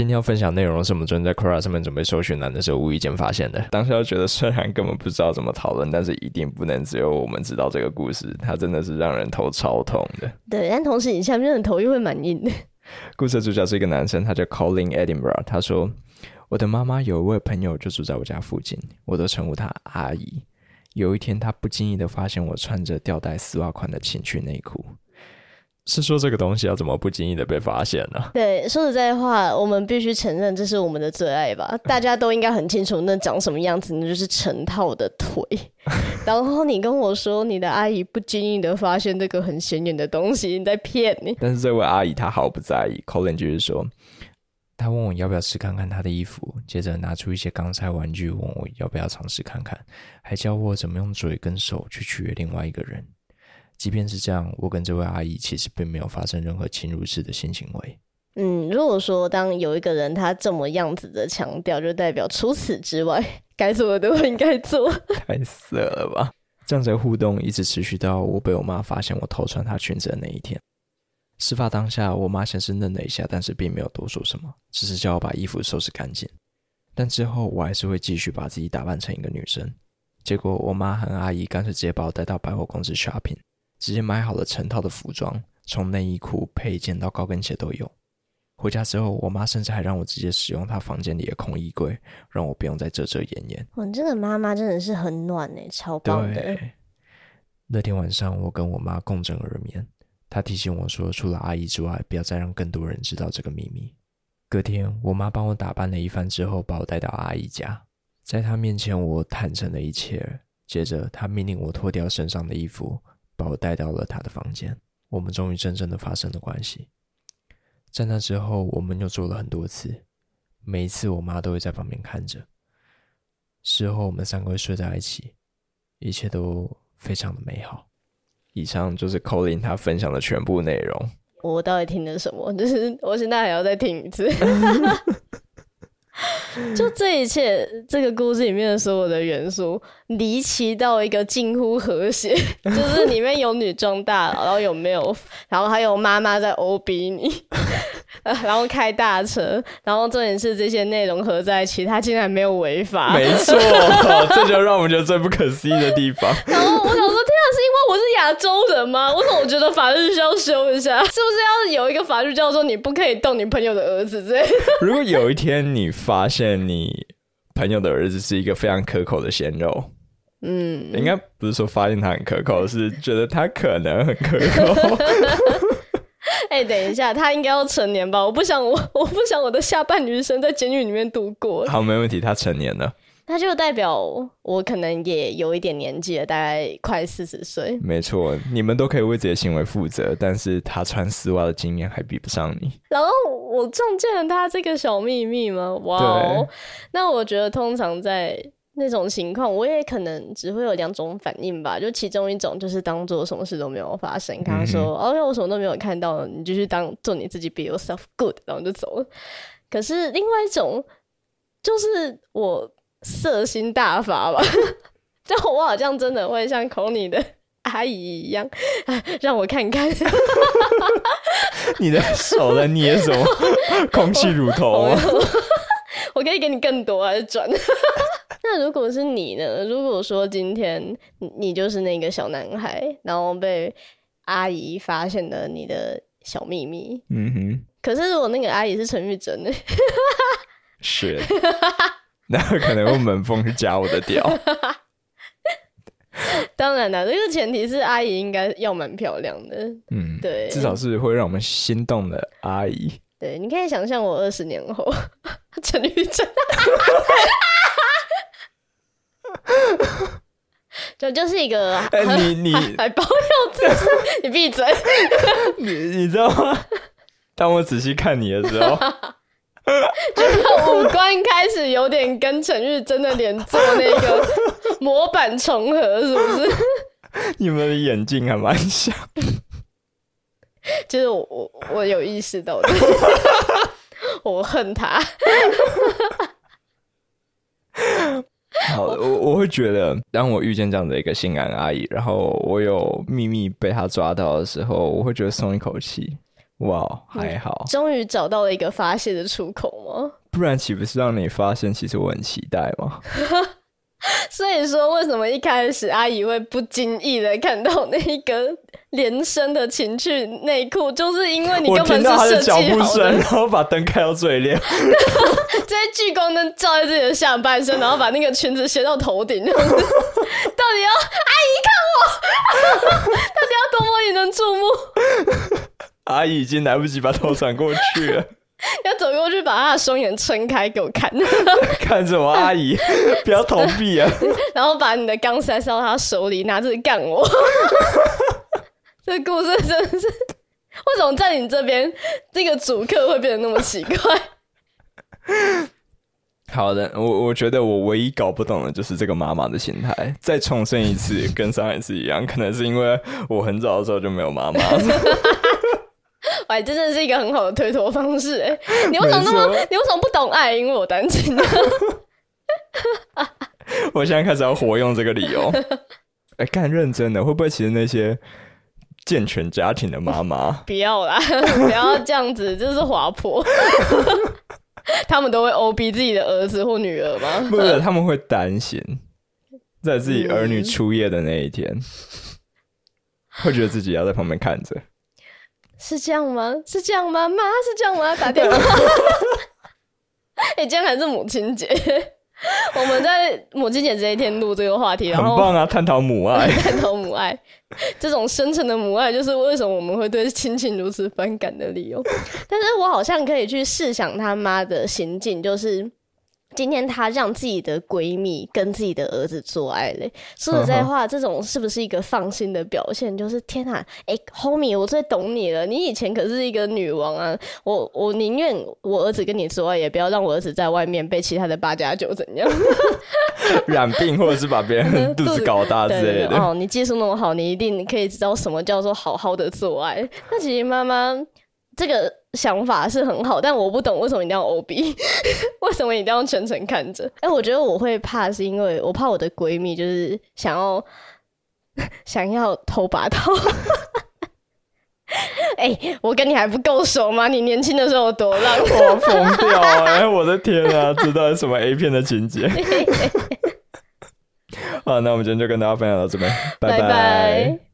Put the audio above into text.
今天要分享内容是我们昨天在 Quora 上面准备搜寻栏的时候无意间发现的。当时觉得虽然根本不知道怎么讨论，但是一定不能只有我们知道这个故事，它真的是让人头超痛的。 对，但同时你下面的头又会蛮硬的。 故事的主角是一个男生，他叫 Colin Edinburgh。他说，我的妈妈有一位朋友就住在我家附近，我都称呼她阿姨。有一天她不经意的发现我穿着吊带丝袜款的情趣内裤。是说这个东西要怎么不经意的被发现呢？ 对，说实在话，我们必须承认这是我们的最爱吧。大家都应该很清楚那长什么样子，那就是成套的腿。然后你跟我说你的阿姨不经意的发现这个很显眼的东西，你在骗你。 但是这位阿姨她毫不在意。 Colin 就是说，他问我要不要试看看他的衣服，接着拿出一些钢材玩具问我要不要尝试看看，还教我怎么用嘴跟手去取悦另外一个人。即便是这样，我跟这位阿姨其实并没有发生任何侵入式的性行为。 如果说当有一个人他这么样子的强调，就代表除此之外该做的都应该做。 太色了吧。这样子的互动一直持续到我被我妈发现我偷穿她裙子的那一天。事发当下，我妈先是愣了一下，但是并没有多说什么，只是叫我把衣服收拾干净。但之后我还是会继续把自己打扮成一个女生。结果我妈和阿姨干脆直接把我带到百货公司 shopping， 直接买好了成套的服装，从内衣裤、配件到高跟鞋都有。回家之后，我妈甚至还让我直接使用她房间里的空衣柜，让我不用再遮遮掩掩。 哇，这个妈妈真的是很暖耶，超棒的。 对，那天晚上我跟我妈共枕而眠，她提醒我说，除了阿姨之外，不要再让更多人知道这个秘密。隔天，我妈帮我打扮了一番之后，把我带到阿姨家，在她面前我坦诚了一切。接着，她命令我脱掉身上的衣服，把我带到了她的房间。我们终于真正的发生了关系。在那之后，我们又做了很多次，每一次我妈都会在旁边看着。事后我们三个会睡在一起，一切都非常的美好。以上就是 Colin 他分享的全部内容。 我到底听了什么？就是我现在还要再听一次。就这一切，这个故事里面的所有的元素离奇到一个近乎和谐，就是里面有女装大佬，然后有没有，然后还有妈妈在欧比你，然后开大车，然后重点是这些内容合在一起，他竟然没有违法。 没错，这就让我们觉得最不可思议的地方。 然后我想说，天啊，是因为我是亚洲人吗？为什么我觉得法律需要修一下？是不是要有一个法律叫做你不可以动你朋友的儿子之类的？ 如果有一天你发现你朋友的儿子是一个非常可口的鲜肉，应该不是说发现他很可口，是觉得他可能很可口。 等一下，他应该要成年吧？我不想我的下半余生在监狱里面度过。 好，没问题，他成年了。 那就代表我可能也有一点年纪了，大概快40岁。 没错，你们都可以为自己的行为负责，但是他穿丝袜的经验还比不上你。 然后我撞见了他这个小秘密吗？哇哦！那我觉得通常在那种情况，我也可能只会有2种反应吧。就其中一种就是当做什么事都没有发生，刚刚说我什么都没有看到，你就去做你自己 be yourself good， 然后就走了。可是另外一种就是我色心大发吧，就我好像真的会像Connie的阿姨一样，让我看看。 你的手在捏什么？空气乳头吗？ 我可以给你更多还是转？那如果是你呢？如果说今天你就是那个小男孩，然后被阿姨发现了你的小秘密，可是如果那个阿姨是陈玉珍呢？ 是。那可能用门缝去夹我的屌。 当然啦，这个前提是阿姨应该要蛮漂亮的。对， 至少是会让我们心动的阿姨。 对，你可以想象我20年后陈玉珍。就是一个你还包药自杀，你闭嘴。 你知道吗？当我仔细看你的时候， 就五官开始有点跟陈玉珍的脸做那个模板重合，是不是？ 你们的眼睛还蛮像。 就是我有意识到的。我恨他。 好，我会觉得，当我遇见这样的一个性感阿姨，然后我有秘密被她抓到的时候，我会觉得松一口气。 哇，还好， 终于找到了一个发泄的出口吗？ 不然岂不是让你发现其实我很期待吗？ 所以说为什么一开始阿姨会不经意的看到那个连身的情趣内裤，就是因为你根本是设计好的。我听到他的脚步声，然后把灯开到最亮， 这些聚光灯照在自己的下半身，然后把那个裙子掀到头顶，到底要阿姨看我，到底要多么引人注目？ 阿姨已经来不及把头转过去了。 要走过去把他的双眼撑开给我看， 看着我阿姨，不要逃避啊！ 然后把你的钢塞塞到他手里，拿着干我。这故事真的是，为什么在你这边这个主客会变得那么奇怪？ 好的，我觉得我唯一搞不懂的就是这个妈妈的心态。再重申一次，跟上一次一样，可能是因为我很早的时候就没有妈妈。 哎，真的是一个很好的推脱方式哎！你为什么不懂爱？因为我单亲。 我现在开始要活用这个理由。哎，干认真的，会不会其实那些健全家庭的妈妈不要啦，不要这样子，这是滑坡。他们都会 OB 自己的儿子或女儿吗？ 不是，他们会担心，在自己儿女出夜的那一天，会觉得自己要在旁边看着。 是这样吗？是这样吗？妈是这样吗？打电话。今天还是母亲节，我们在母亲节这一天录这个话题，然后很棒啊，探讨母爱， 探讨母爱，这种深层的母爱，就是为什么我们会对亲情如此反感的理由。但是我好像可以去试想他妈的行径，就是今天她让自己的闺蜜跟自己的儿子做爱嘞，说实在话，这种是不是一个放心的表现？就是天啊，homie， 我最懂你了，你以前可是一个女王啊，我宁愿我儿子跟你做爱，也不要让我儿子在外面被其他的8+9怎样染病或者是把别人肚子搞大之类的。 哦，你技术那么好，你一定可以知道什么叫做好好的做爱。那其实妈妈这个想法是很好，但我不懂为什么一定要 OB 为什么一定要全程看着。我觉得我会怕是因为我怕我的闺蜜就是想要偷把套我跟你还不够熟吗？你年轻的时候有多浪？ 我疯掉我的天啊，知道是什么 A 片的情节好，那我们今天就跟大家分享到这边，拜拜。